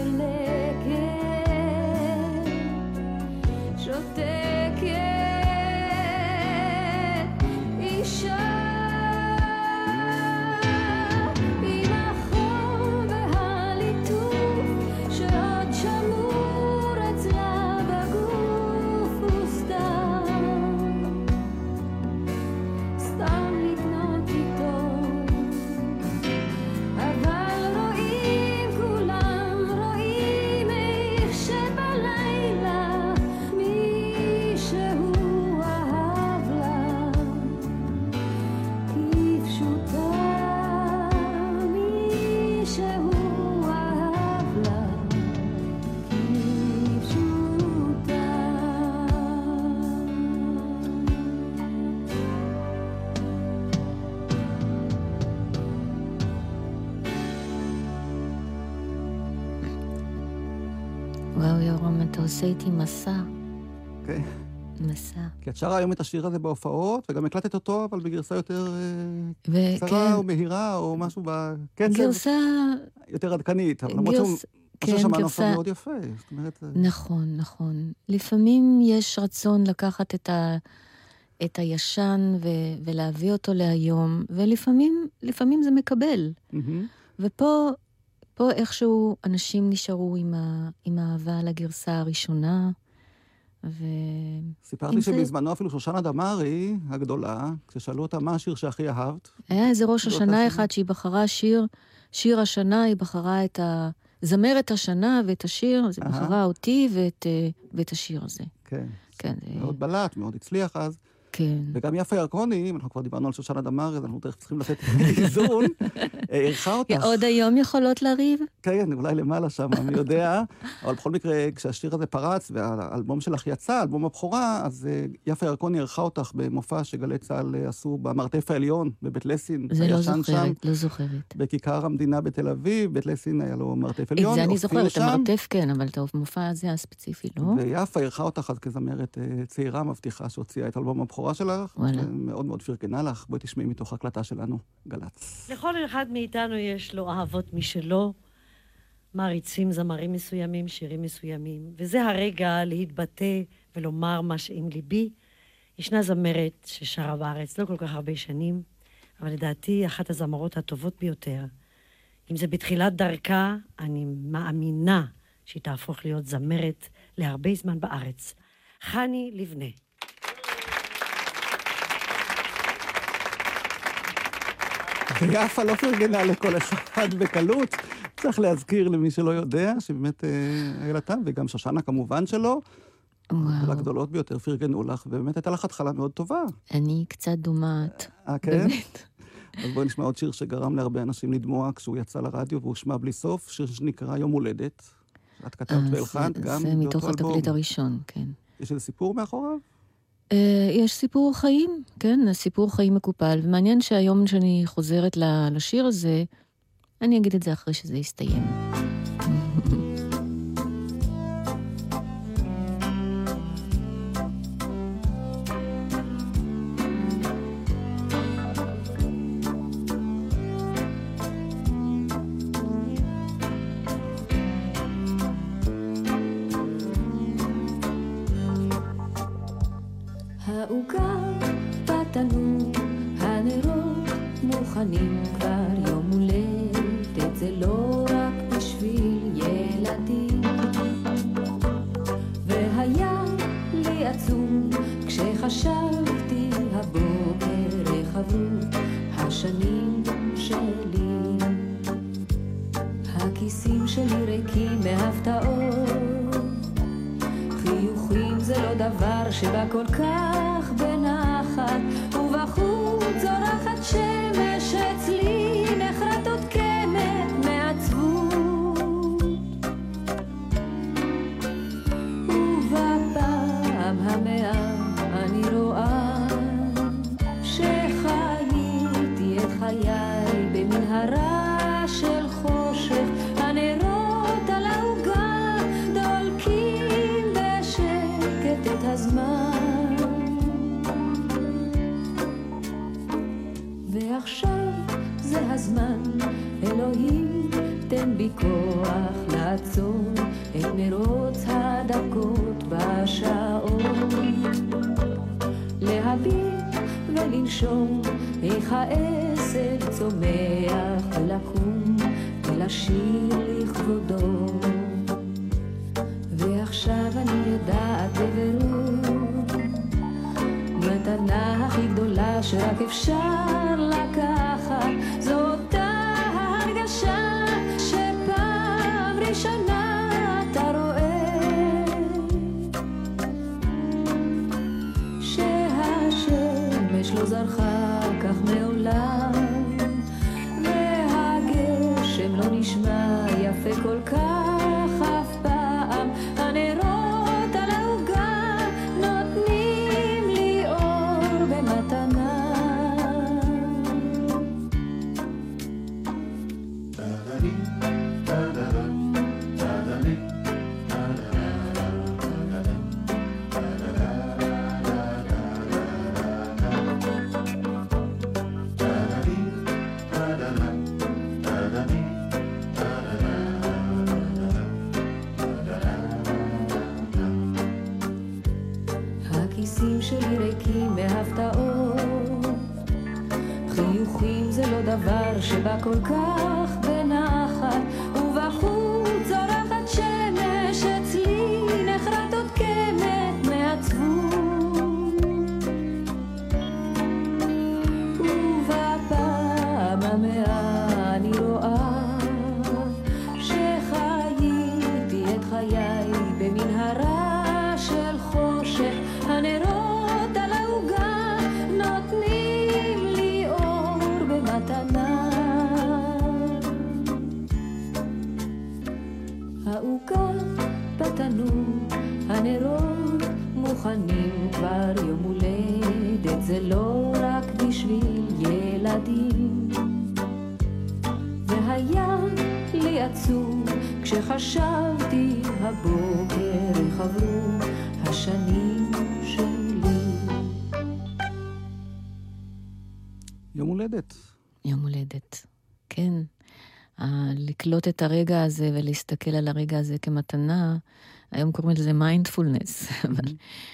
וואו, יורם, אתה עושה איתי מסע. כן. מסע. כי את שרה היום את השיר הזה בהופעות, וגם הקלטת אותו, אבל בגרסה יותר קצרה או מהירה, או משהו בקצב. גרסה... יותר עדכנית, אבל למרות שהוא... מה ששמענו עכשיו מאוד יפה. נכון, נכון. לפעמים יש רצון לקחת את הישן ולהביא אותו להיום, ולפעמים זה מקבל. ופה איכשהו אנשים נשארו עם האהבה לגרסה הראשונה, סיפרתי שבזמנו אפילו שושנה דמארי הגדולה, כששאלו אותה מה השיר שהכי אהבת. היה איזה ראש השנה אחד שהיא בחרה שיר השנה, היא בחרה את זמרת השנה ואת השיר, אז היא בחרה אותי ואת השיר הזה. כן, מאוד בלט, מאוד הצליח אז. כן. וגם יפה ירקוני, אנחנו כבר דיברנו על שושנה דמארי, אז אנחנו תכף צריכים לתת איזון, ערכה אותך. עוד היום יכולות לריב? כן, אולי למעלה שם, אני יודע. אבל בכל מקרה, כשהשיר הזה פרץ, והאלבום שלך יצא, אלבום הבכורה, אז יפה ירקוני ערכה אותך במופע שגלי צהל עשו במרתף העליון, בבית לסין. זה לא זוכרת. בכיכר המדינה בתל אביב, בית לסין היה לו מרתף עליון. את זה אני זוכרת, את המרתף כן, אבל את המופע הזה הספציפי, לא? ויפה ערכה אותך אז כזמרת צעירה מבטיחה שהוציאה את אלבום הבכורה שלך, מאוד מאוד פרגנה לך. בואי תשמעי מתוך הקלטה שלנו, גלץ. לכל אחד מאיתנו יש לו אהבות משלו, מעריצים זמרים מסוימים, שירים מסוימים, וזה הרגע להתבטא ולומר מה שעם ליבי. ישנה זמרת ששרה בארץ לא כל כך הרבה שנים, אבל לדעתי אחת הזמרות הטובות ביותר. אם זה בתחילת דרכה, אני מאמינה שהיא תהפוך להיות זמרת להרבה זמן בארץ. חני לבנה. ויפה לא פרגנה לכל אחד בקלות. צריך להזכיר למי שלא יודע, שבאמת היה לה טעם, וגם שושנה כמובן שלו. וואו. הגדולות ביותר פרגנו לך, ובאמת הייתה לך התחלה מאוד טובה. אני קצת דומעת. כן? אז בואי נשמע עוד שיר שגרם להרבה אנשים לדמוע כשהוא יצא לרדיו, והוא שמע בלי סוף, שיר שנקרא יום הולדת. את כתבת והלחנת גם זה מתוך התקליט הראשון, כן. יש איזה סיפור מאחוריו? יש סיפור חיים, כן, סיפור חיים מקופל, ומעניין שהיום שאני חוזרת לשיר הזה, אני אגיד את זה אחרי שזה יסתיים. העוגה בתנור, הנרות מוכנים כבר יום הולדת, זה לא רק בשביל ילדים. והיה לי עצום כשחשבתי הבוקר איך עברו השנים שלי. הכיסים שלי ריקים מהפתעות, חיוכים זה לא דבר שבא כל כך בנחת, ובחוץ זורחת שמש, אצלי נחרט עוד קמת מעצבות. ובפעם המאה אני רואה שחייתי את חיי במנהרה של חושך, הנרות על העוגה דולקים בשקט את הזמן. ועכשיו זה הזמן, אלוהים תן בי כוח לעצור את מרוץ הדקות בשעון, להביט ולנשום איך העשב צומח ולקום ולשיר לכבודו. ועכשיו אני יודעת בבירור, מתנה הכי גדולה שרק אפשר לקחת, זו אותה הרגשה שפעם ראשונה אתה רואה שהשמש לא זרחה כך מעולם, והגשם לא נשמע יפה כל כך אף פעם, הנרות על העוגה נותנים לי אור במתנה. הכיסים שלי ריקים מהפתעות, חיוכים זה לא דבר שבא כל כך בנחת, ובחוץ זורחת שמש, אצלי נחרט עוד קמת מעצבות, ובפעם המאה אני רואה שחייתי את חיי במנהרה של חושך, הנרות על העוגה נותנים לי אור במתנה. העוגה בתנור, הנרות מוכנים כבר יום הולדת, זה לא רק בשביל ילדים. והיה לי עצוב כשחשבתי הבוקר איך עברו השנים שלי. יום הולדת. יום הולדת, כן. לקלוט את הרגע הזה ולהסתכל על הרגע הזה כמתנה, היום קוראים לזה מיינדפולנס. אבל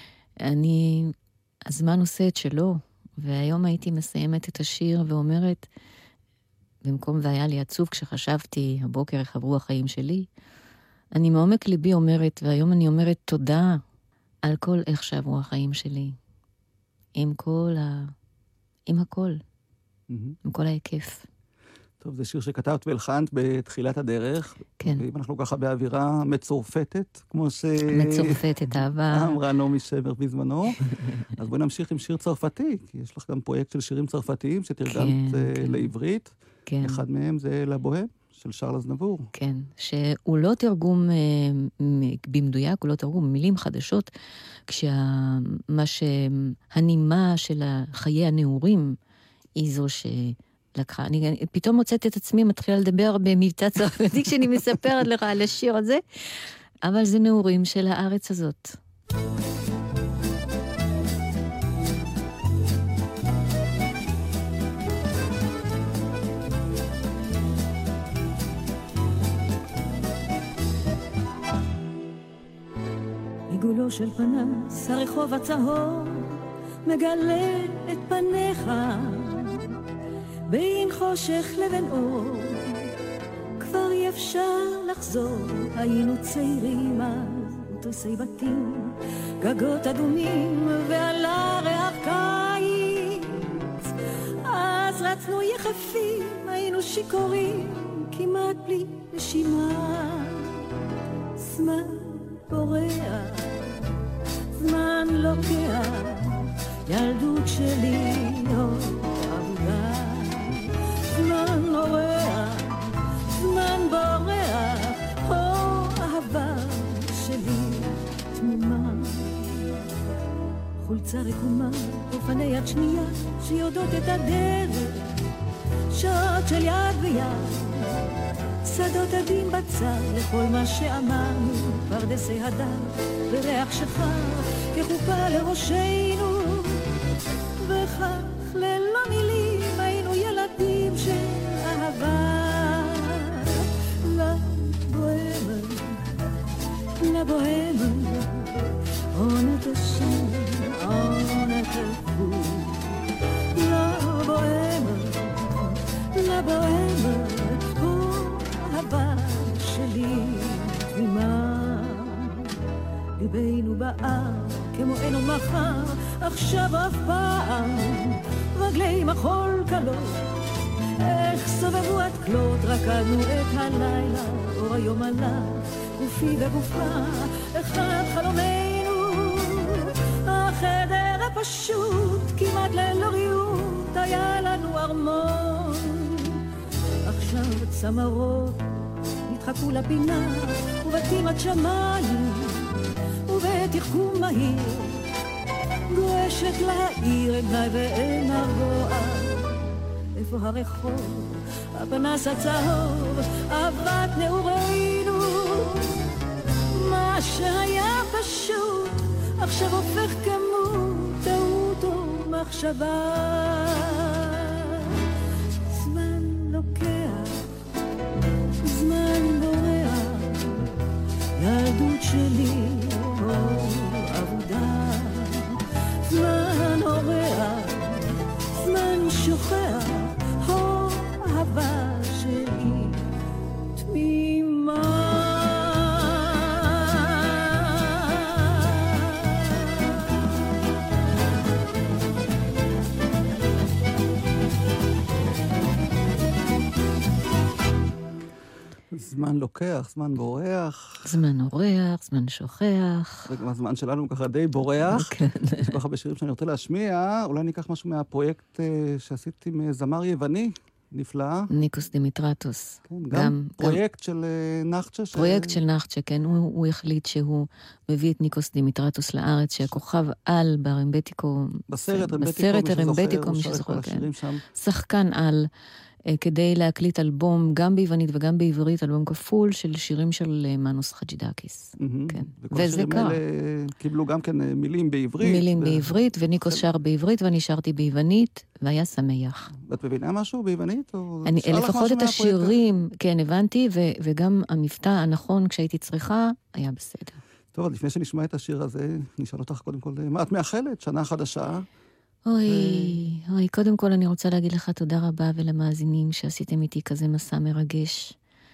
הזמן עושה את שלו, והיום הייתי מסיימת את השיר ואומרת, במקום והיה לי עצוב כשחשבתי הבוקר איך עברו החיים שלי, אני מעומק ליבי אומרת, והיום אני אומרת תודה על כל איך שעברו החיים שלי. עם הכל. עם כל ההיקף. טוב, זה שיר שכתבת והלחנת בתחילת הדרך. כן. ואם אנחנו ככה באווירה מצורפתת, כמו מצורפתת, אהבה. אמרה נעמי שמר בזמנו. אז בואי נמשיך עם שיר צרפתי, כי יש לך גם פרויקט של שירים צרפתיים שתרגמת לעברית. כן. אחד מהם זה לבוהם של שרל אזנבור. כן, שהוא לא תרגום במדויק, הוא לא תרגום מילים חדשות, הנימה של חיי הנעורים היא זו שלקחה. אני פתאום מוצאת את עצמי, מתחילה לדבר במבטא צרפתי כשאני מספרת לך על השיר הזה, אבל זה נעורים של הארץ הזאת. עיגולו של פנס, הרחוב הצהוב מגלה את פניך, בין חושך לבין אור כבר אי אפשר לחזור. היינו צעירים אז, מטוסי בתים, גגות אדומים ועלה ריח קיץ, אז רצנו יחפים, היינו שיכורים כמעט בלי נשימה. זמן בורח, זמן לוקח, ילדות שלי עוד עבודה. זמן אורח, זמן בורח, אהבה שלי תמימה. חולצה רקומה, אופני יד שנייה שיודעות את הדרך, שעות של יד ויד, שדות עדים בצד לכל מה שאמרנו, פרדסי הדר וריח שחר כחופה לראשנו, וכך ללא מילים היינו ילדים של אהבה. לבוהמה תמימה. ליבנו בער כמו אין עוד מחר, עכשיו אף פעם רגלי מחול קלות. איך סובבו עד כלות, רקדנו את הלילה, אור היום עלה, גופי וגופה, אחד חלומנו, החדר הפשוט, כמעט ללא ריהוט, היה לנו ארמון. עכשיו צמרות נדחקו לפינה, ובתים עד שמיים, ובתחכום מהיר, גורשת לעיר עיני ואין הרוע. איפה הרחוב, הפנס הצהוב, אהבת נעורינו. מה שהיה פשוט, עכשיו הופך כמות, טעות ומחשבה. זמן לוקח, זמן בורח, ילדות שלי או עבודה. זמן אורח, זמן שוכח, אהבה שלי תמימה. זמן לוקח, זמן בורח. זמן אורח, זמן שוכח. וגם הזמן שלנו ככה די בורח. יש ככה בשירים שאני רוצה להשמיע. אולי ניקח משהו מהפרויקט שעשיתי עם זמר יווני. נפלא. ניקוס דימיטרטוס. כן, גם פרויקט של נחצ'ה. פרויקט של נחצ'ה, כן. הוא החליט שהוא מביא את ניקוס דימיטרטוס לארץ, שהכוכב על ברמבטיקו. בסרט הרמבטיקו, מי שזוכר, כן. שחקן על, כדי להקליט אלבום גם ביוונית וגם בעברית, אלבום כפול של שירים של מנוס חג'ידקיס. כן. וכל השירים האלה קיבלו גם כן מילים בעברית. מילים בעברית, וניקוס שר בעברית, ואני שרתי ביוונית, והיה שמח. ואת מבינה משהו ביוונית? לפחות את השירים, כן, הבנתי, וגם המבטא הנכון כשהייתי צריכה, היה בסדר. טוב, לפני שנשמע את השיר הזה, נשאל אותך קודם כל, מה את מאחלת? שנה חדשה? אוי, קודם כל אני רוצה להגיד לך תודה רבה ולמאזינים שעשיתם איתי כזה מסע מרגש,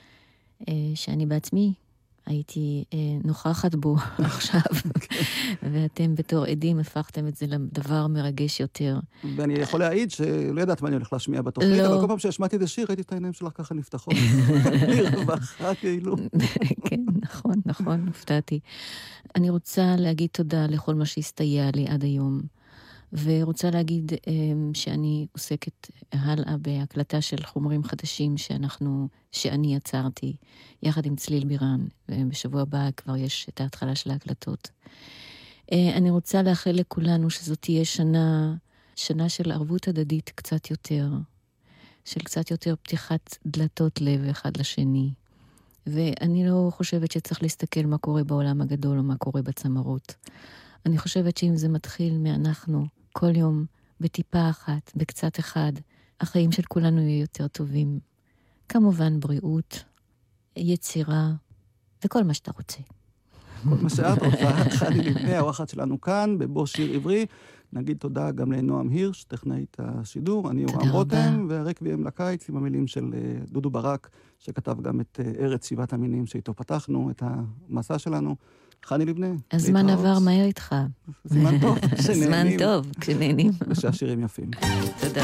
שאני בעצמי הייתי נוכחת בו עכשיו, ואתם בתור עדים הפכתם את זה לדבר מרגש יותר. ואני יכול להעיד שלא ידעת מה אני הולך להשמיע בתוכנית, אבל כל פעם שהשמעתי את השיר, ראיתי את העיניים שלך ככה נפתחות. לרווחה כאילו. כן, נכון, הופתעתי. אני רוצה להגיד תודה לכל מה שהסתייע לי עד היום. ורוצה להגיד שאני עוסקת הלאה בהקלטה של חומרים חדשים שאני יצרתי יחד עם צליל בירן, ובשבוע הבא כבר יש את ההתחלה של ההקלטות. אני רוצה לאחל לכולנו שזאת תהיה שנה של ערבות הדדית קצת יותר, של קצת יותר פתיחת דלתות לב אחד לשני. ואני לא חושבת שצריך להסתכל מה קורה בעולם הגדול או מה קורה בצמרות. אני חושבת שאם זה מתחיל מאנחנו, כל יום, בטיפה אחת, בקצת אחד, החיים של כולנו יהיו יותר טובים. כמובן בריאות, יצירה, וכל מה שאתה רוצה. כל מה שאת רוצה, חני לבני, האורחת שלנו כאן, בבוא שיר עברי. נגיד תודה גם לנועם הירש, טכנאית השידור. אני יורם רותם, והרקבים לקיץ עם המילים של דודו ברק, שכתב גם את ארץ שבעת המינים, שאיתו פתחנו את המסע שלנו. חני לבני. הזמן עבר מהר איתך. זמן טוב, זמן טוב, כשנהנים. ושהשירים יפים. תודה.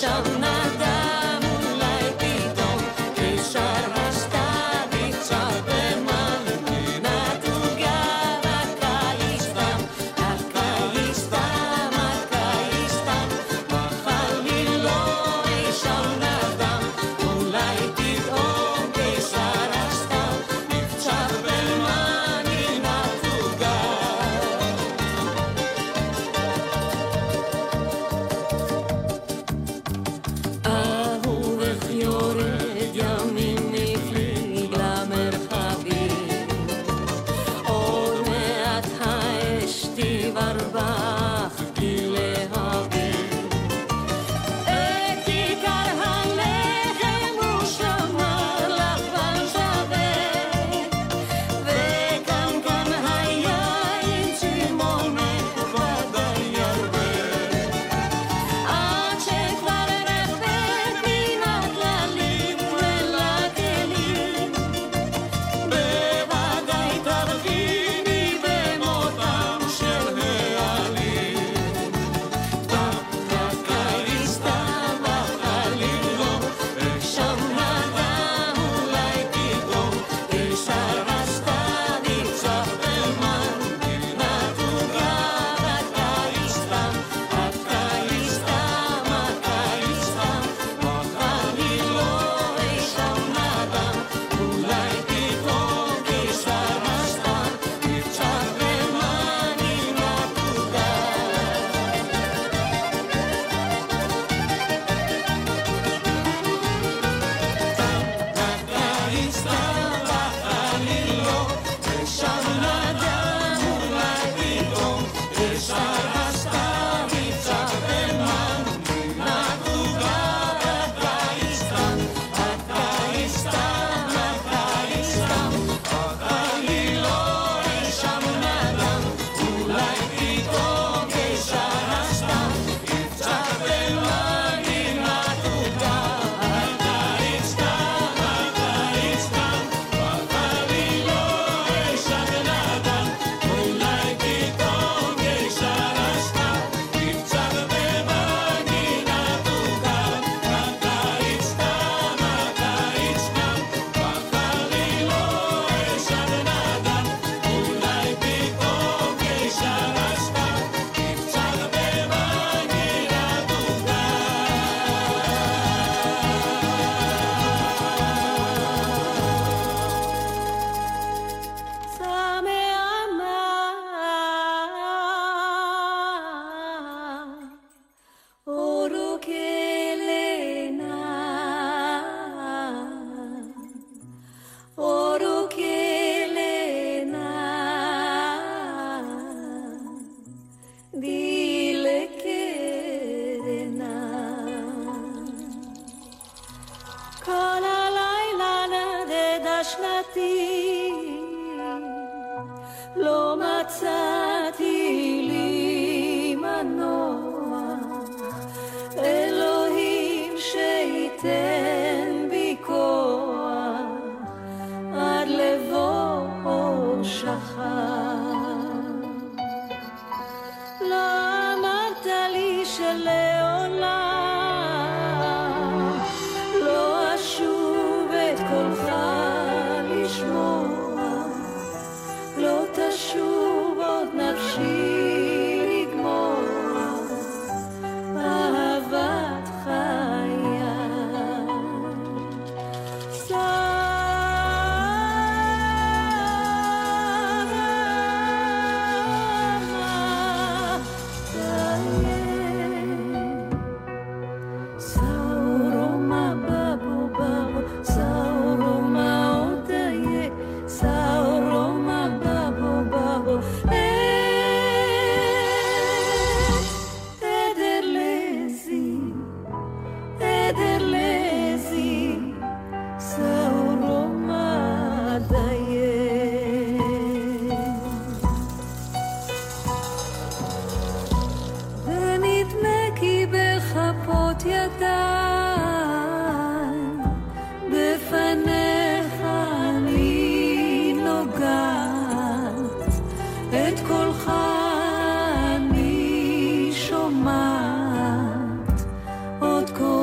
עוד כל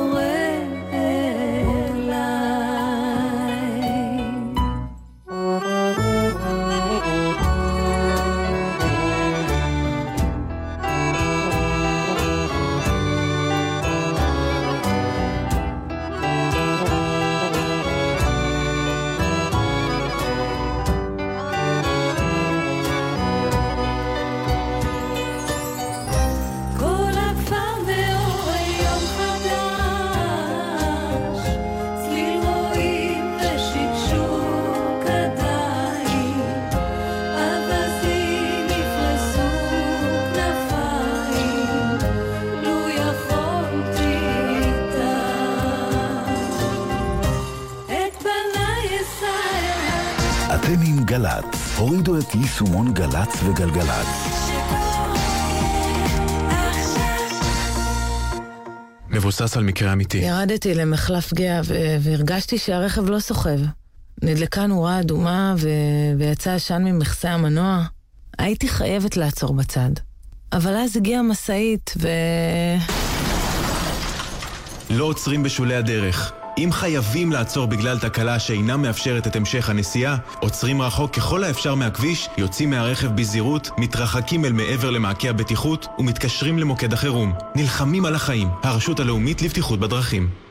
אתם עם גלץ. הורידו את יישומון גלץ וגלגלץ. מבוסס על מקרה אמיתי. ירדתי למחלף גאה והרגשתי שהרכב לא סוחב. נדלקה נורה אדומה ויצא עשן ממכסה המנוע. הייתי חייבת לעצור בצד. אבל אז הגיעה משאית לא עוצרים בשולי הדרך. אם חייבים לעצור בגלל תקלה שאינה מאפשרת את המשך הנסיעה, עוצרים רחוק ככל האפשר מהכביש, יוצאים מהרכב בזהירות, מתרחקים אל מעבר למעקה הבטיחות ומתקשרים למוקד החירום. נלחמים על החיים. הרשות הלאומית לבטיחות בדרכים.